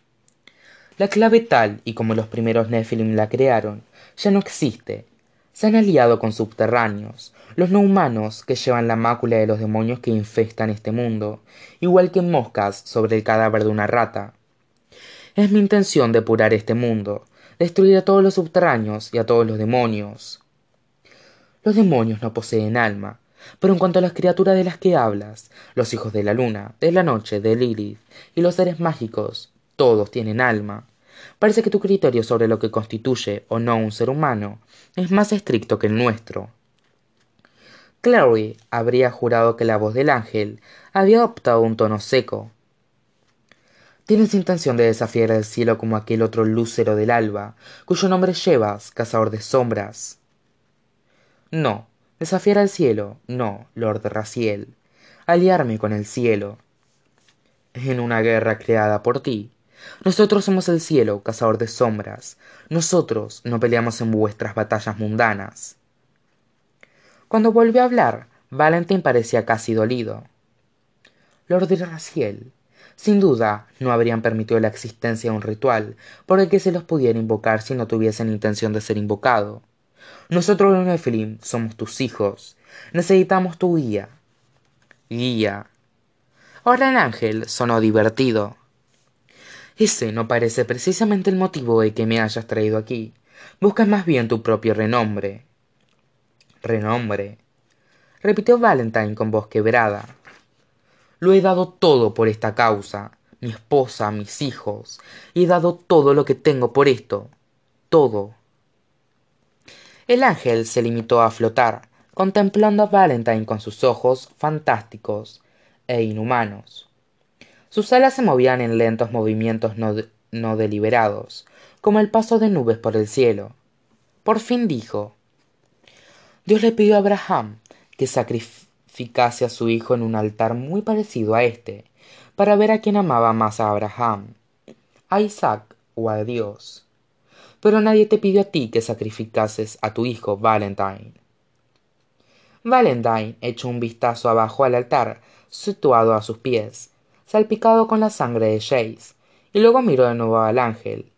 La clave tal y como los primeros Nephilim la crearon, ya no existe. Se han aliado con subterráneos, los no humanos que llevan la mácula de los demonios que infestan este mundo, igual que moscas sobre el cadáver de una rata. Es mi intención depurar este mundo, destruir a todos los subterráneos y a todos los demonios. Los demonios no poseen alma, pero en cuanto a las criaturas de las que hablas, los hijos de la luna, de la noche, de Lilith y los seres mágicos, todos tienen alma. Parece que tu criterio sobre lo que constituye o no un ser humano es más estricto que el nuestro. Clary habría jurado que la voz del ángel había adoptado un tono seco. ¿Tienes intención de desafiar el cielo como aquel otro lúcero del alba, cuyo nombre llevas, cazador de sombras? No, desafiar al cielo, no, Lord Raziel. Aliarme con el cielo. En una guerra creada por ti. Nosotros somos el cielo, cazador de sombras. Nosotros no peleamos en vuestras batallas mundanas. Cuando volvió a hablar, Valentín parecía casi dolido. Lord Raziel, sin duda no habrían permitido la existencia de un ritual por el que se los pudiera invocar si no tuviesen intención de ser invocado. Nosotros los Nephilim somos tus hijos. Necesitamos tu guía. Guía. Ahora el ángel sonó divertido. Ese no parece precisamente el motivo de que me hayas traído aquí. Buscas más bien tu propio renombre. ¿Renombre? Repitió Valentine con voz quebrada. Lo he dado todo por esta causa. Mi esposa, mis hijos. Y he dado todo lo que tengo por esto. Todo. El ángel se limitó a flotar, contemplando a Valentine con sus ojos fantásticos e inhumanos. Sus alas se movían en lentos movimientos no, de- no deliberados, como el paso de nubes por el cielo. Por fin dijo: Dios le pidió a Abraham que sacrificase a su hijo en un altar muy parecido a este, para ver a quién amaba más a Abraham, a Isaac o a Dios. Pero nadie te pidió a ti que sacrificases a tu hijo, Valentine. Valentine echó un vistazo abajo al altar situado a sus pies, salpicado con la sangre de Jace, y luego miró de nuevo al ángel.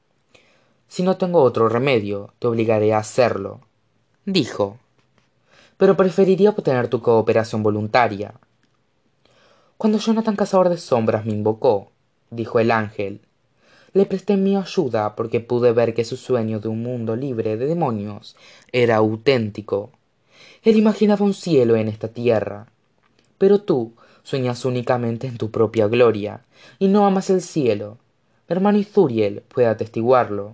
Si no tengo otro remedio, te obligaré a hacerlo, dijo, pero preferiría obtener tu cooperación voluntaria. Cuando Jonathan Cazador de Sombras me invocó, dijo el ángel, le presté mi ayuda porque pude ver que su sueño de un mundo libre de demonios era auténtico. Él imaginaba un cielo en esta tierra, pero tú sueñas únicamente en tu propia gloria, y no amas el cielo. Mi hermano Izuriel puede atestiguarlo.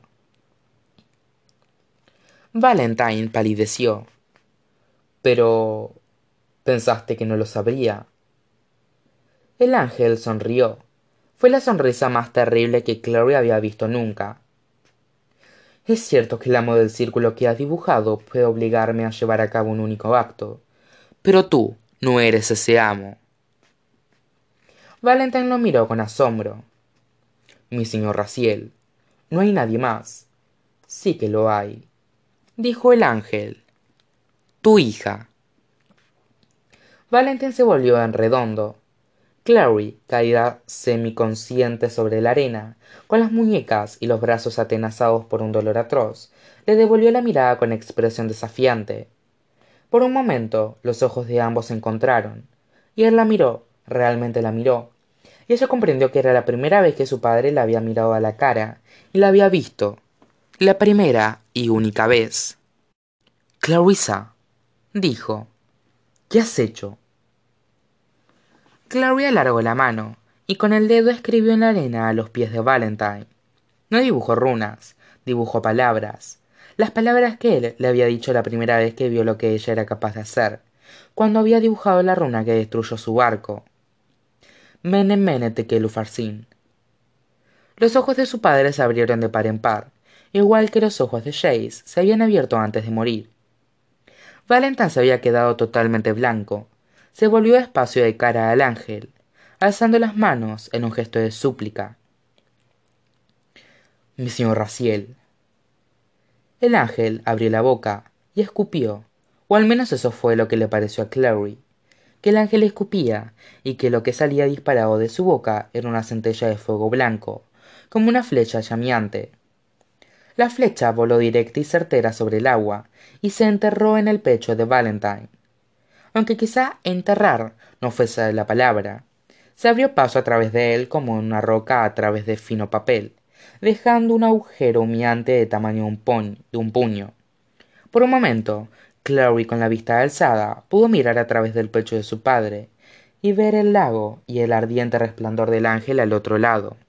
Valentine palideció. Pero... ¿pensaste que no lo sabría? El ángel sonrió. Fue la sonrisa más terrible que Clary había visto nunca. Es cierto que el amo del círculo que has dibujado puede obligarme a llevar a cabo un único acto, pero tú no eres ese amo. Valentine lo miró con asombro. Mi señor Raziel, no hay nadie más. Sí que lo hay, dijo el ángel. Tu hija. Valentine se volvió en redondo. Clary, caída semiconsciente sobre la arena, con las muñecas y los brazos atenazados por un dolor atroz, le devolvió la mirada con expresión desafiante. Por un momento los ojos de ambos se encontraron, y él la miró, realmente la miró, y ella comprendió que era la primera vez que su padre la había mirado a la cara, y la había visto, la primera y única vez. Clarissa, dijo, ¿qué has hecho? Clary alargó la mano, y con el dedo escribió en la arena a los pies de Valentine. No dibujó runas, dibujó palabras, las palabras que él le había dicho la primera vez que vio lo que ella era capaz de hacer, cuando había dibujado la runa que destruyó su barco. Mene Mene Tekel Upharsin. Los ojos de su padre se abrieron de par en par, igual que los ojos de Jace se habían abierto antes de morir. Valentine se había quedado totalmente blanco. Se volvió despacio de cara al ángel, alzando las manos en un gesto de súplica. «Mi señor Raziel». El ángel abrió la boca y escupió, o al menos eso fue lo que le pareció a Clary, que el ángel escupía y que lo que salía disparado de su boca era una centella de fuego blanco, como una flecha llameante. La flecha voló directa y certera sobre el agua y se enterró en el pecho de Valentine. Aunque quizá enterrar no fuese la palabra, se abrió paso a través de él como una roca a través de fino papel, dejando un agujero humeante de tamaño de un, puñ- de un puño. Por un momento, Clary, con la vista alzada, pudo mirar a través del pecho de su padre y ver el lago y el ardiente resplandor del ángel al otro lado.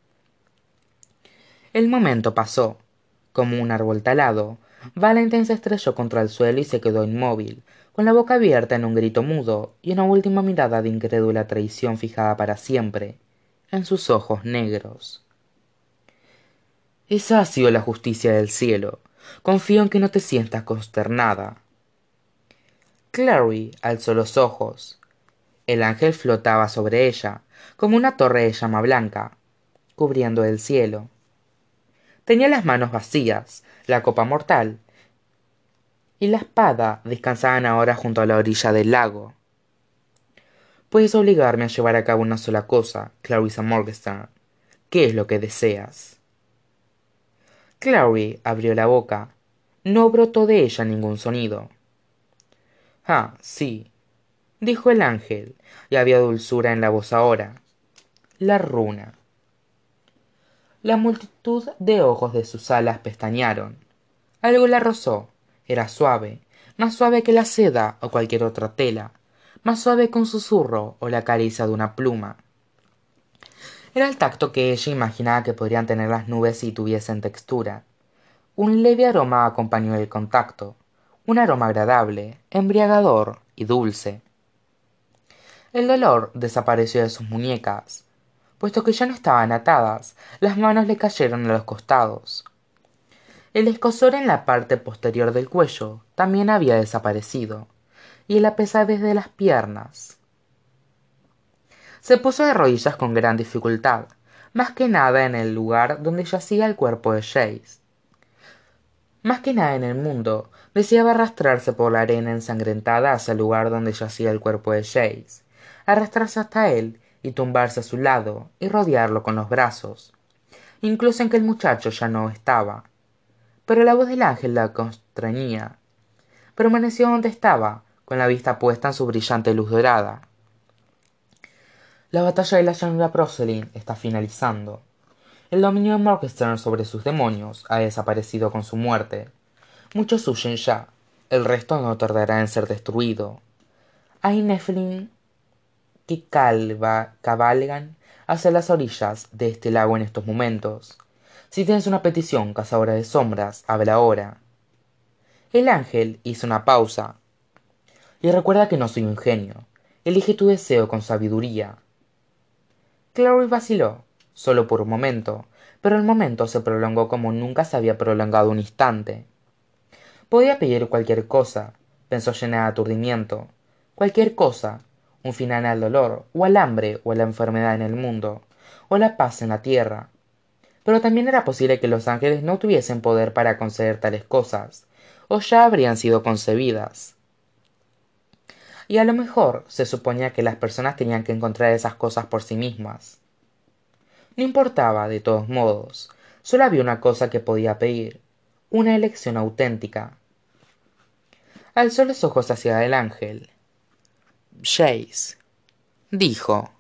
El momento pasó. Como un árbol talado, Valentine se estrelló contra el suelo y se quedó inmóvil, con la boca abierta en un grito mudo y una última mirada de incrédula traición fijada para siempre en sus ojos negros. Esa ha sido la justicia del cielo. Confío en que no te sientas consternada. Clary alzó los ojos. El ángel flotaba sobre ella, como una torre de llama blanca, cubriendo el cielo. Tenía las manos vacías, la copa mortal y la espada descansaban ahora junto a la orilla del lago. Puedes obligarme a llevar a cabo una sola cosa, Clarissa Morgenstern. ¿Qué es lo que deseas? Clary abrió la boca. No brotó de ella ningún sonido. Ah, sí, dijo el ángel, y había dulzura en la voz ahora. La runa. La multitud de ojos de sus alas pestañearon. Algo la rozó. Era suave, más suave que la seda o cualquier otra tela, más suave que un susurro o la caricia de una pluma. Era el tacto que ella imaginaba que podrían tener las nubes si tuviesen textura. Un leve aroma acompañó el contacto, un aroma agradable, embriagador y dulce. El dolor desapareció de sus muñecas. Puesto que ya no estaban atadas, las manos le cayeron a los costados. El escozor en la parte posterior del cuello también había desaparecido, y la pesadez de las piernas. Se puso de rodillas con gran dificultad, más que nada en el lugar donde yacía el cuerpo de Jace. Más que nada en el mundo, deseaba arrastrarse por la arena ensangrentada hacia el lugar donde yacía el cuerpo de Jace, arrastrarse hasta él y tumbarse a su lado y rodearlo con los brazos, incluso en que el muchacho ya no estaba. Pero la voz del ángel la constreñía. Permaneció donde estaba, con la vista puesta en su brillante luz dorada. La batalla de la llanura Proselin está finalizando. El dominio de Morgenstern sobre sus demonios ha desaparecido con su muerte. Muchos huyen ya. El resto no tardará en ser destruido. Hay Nephilim que calva, cabalgan hacia las orillas de este lago en estos momentos. Si tienes una petición, cazadora de sombras, habla ahora. El ángel hizo una pausa. Y recuerda que no soy un genio. Elige tu deseo con sabiduría. Clary vaciló, solo por un momento, pero el momento se prolongó como nunca se había prolongado un instante. Podía pedir cualquier cosa, pensó llena de aturdimiento. Cualquier cosa, un final al dolor, o al hambre, o a la enfermedad en el mundo, o la paz en la tierra. Pero también era posible que los ángeles no tuviesen poder para conceder tales cosas, o ya habrían sido concebidas. Y a lo mejor se suponía que las personas tenían que encontrar esas cosas por sí mismas. No importaba, de todos modos, solo había una cosa que podía pedir, una elección auténtica. Alzó los ojos hacia el ángel. Jace, dijo.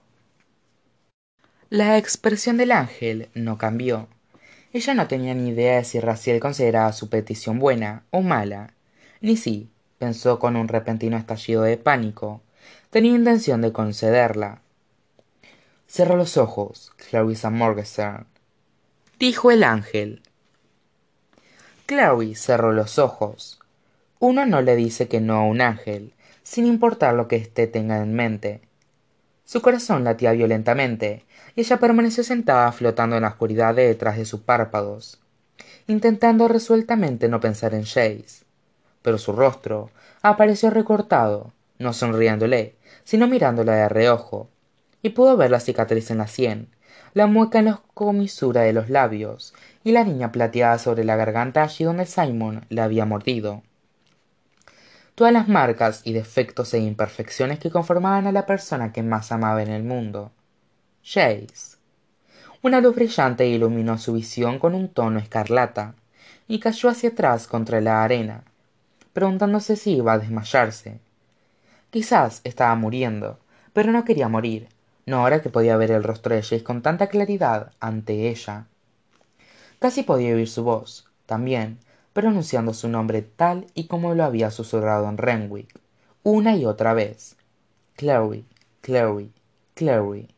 La expresión del ángel no cambió. Ella no tenía ni idea de si Raziel consideraba su petición buena o mala, ni si, pensó con un repentino estallido de pánico, tenía intención de concederla. Cierra los ojos, Clarissa Morgenstern, dijo el ángel. Clary cerró los ojos. Uno no le dice que no a un ángel, sin importar lo que éste tenga en mente. Su corazón latía violentamente, y ella permaneció sentada flotando en la oscuridad de detrás de sus párpados, intentando resueltamente no pensar en Chase. Pero su rostro apareció recortado, no sonriéndole, sino mirándola de reojo, y pudo ver la cicatriz en la sien, la mueca en la comisura de los labios, y la línea plateada sobre la garganta allí donde Simon la había mordido. Todas las marcas y defectos e imperfecciones que conformaban a la persona que más amaba en el mundo. Chase. Una luz brillante iluminó su visión con un tono escarlata, y cayó hacia atrás contra la arena, preguntándose si iba a desmayarse. Quizás estaba muriendo, pero no quería morir, no ahora que podía ver el rostro de Chase con tanta claridad ante ella. Casi podía oír su voz, también, pronunciando su nombre tal y como lo había susurrado en Renwick, una y otra vez. Clary, Clary, Clary.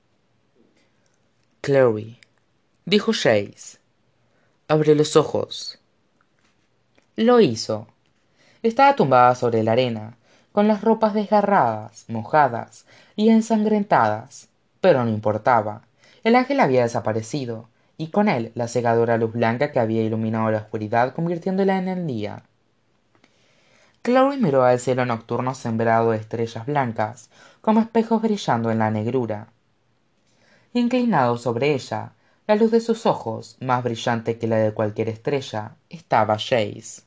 Clary, dijo Chase. Abre los ojos. Lo hizo. Estaba tumbada sobre la arena, con las ropas desgarradas, mojadas y ensangrentadas, pero no importaba. El ángel había desaparecido, y con él la cegadora luz blanca que había iluminado la oscuridad, convirtiéndola en el día. Clary miró al cielo nocturno sembrado de estrellas blancas, como espejos brillando en la negrura. Inclinado sobre ella, la luz de sus ojos, más brillante que la de cualquier estrella, estaba Chase.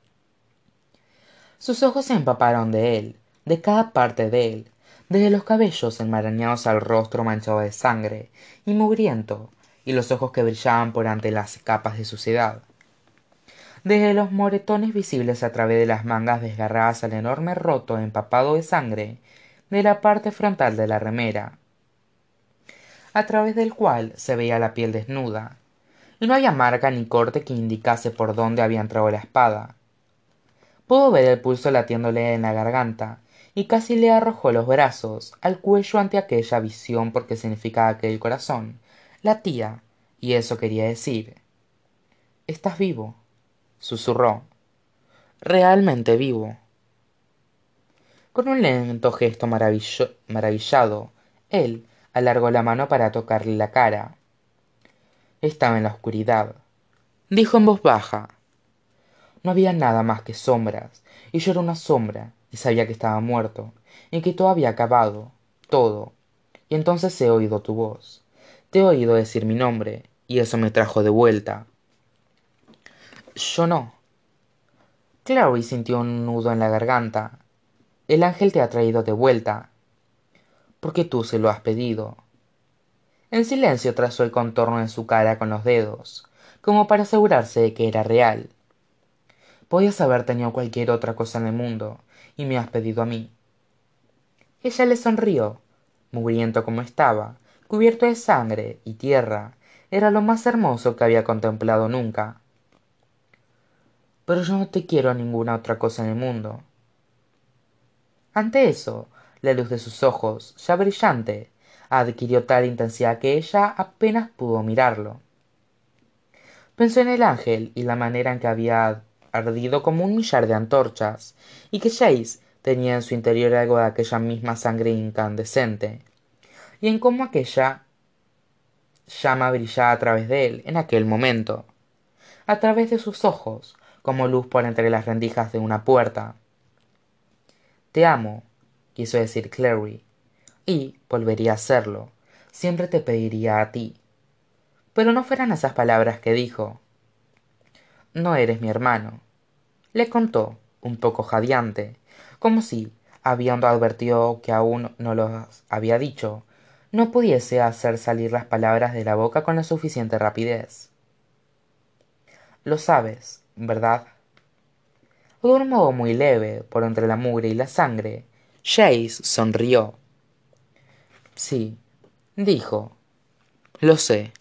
Sus ojos se empaparon de él, de cada parte de él, desde los cabellos enmarañados al rostro manchado de sangre y mugriento, y los ojos que brillaban por ante las capas de suciedad, desde los moretones visibles a través de las mangas desgarradas al enorme roto empapado de sangre de la parte frontal de la remera, a través del cual se veía la piel desnuda, y no había marca ni corte que indicase por dónde había entrado la espada. Pudo ver el pulso latiéndole en la garganta, y casi le arrojó los brazos al cuello ante aquella visión, porque significaba que el corazón latía, y eso quería decir: «Estás vivo», susurró. «Realmente vivo». Con un lento gesto maravillo- maravillado, él alargó la mano para tocarle la cara. Estaba en la oscuridad. Dijo en voz baja. No había nada más que sombras, y yo era una sombra, y sabía que estaba muerto, y que todo había acabado, todo. Y entonces he oído tu voz. Te he oído decir mi nombre, y eso me trajo de vuelta. Yo no. Clary sintió un nudo en la garganta. El ángel te ha traído de vuelta, porque tú se lo has pedido. En silencio trazó el contorno de su cara con los dedos, como para asegurarse de que era real. Podías haber tenido cualquier otra cosa en el mundo, y me has pedido a mí. Ella le sonrió. Mugriento como estaba, cubierto de sangre y tierra, era lo más hermoso que había contemplado nunca. Pero yo no te quiero a ninguna otra cosa en el mundo. Ante eso, la luz de sus ojos, ya brillante, adquirió tal intensidad que ella apenas pudo mirarlo. Pensó en el ángel y la manera en que había ardido como un millar de antorchas, y que Chase tenía en su interior algo de aquella misma sangre incandescente, y en cómo aquella llama brillaba a través de él en aquel momento, a través de sus ojos, como luz por entre las rendijas de una puerta. Te amo, quiso decir Clary, y volvería a hacerlo. Siempre te pediría a ti. Pero no fueran esas palabras que dijo. No eres mi hermano. Le contó, un poco jadeante, como si, habiendo advertido que aún no lo había dicho, no pudiese hacer salir las palabras de la boca con la suficiente rapidez. Lo sabes, ¿verdad? De un modo muy leve, por entre la mugre y la sangre, Chase sonrió. Sí, dijo. Lo sé.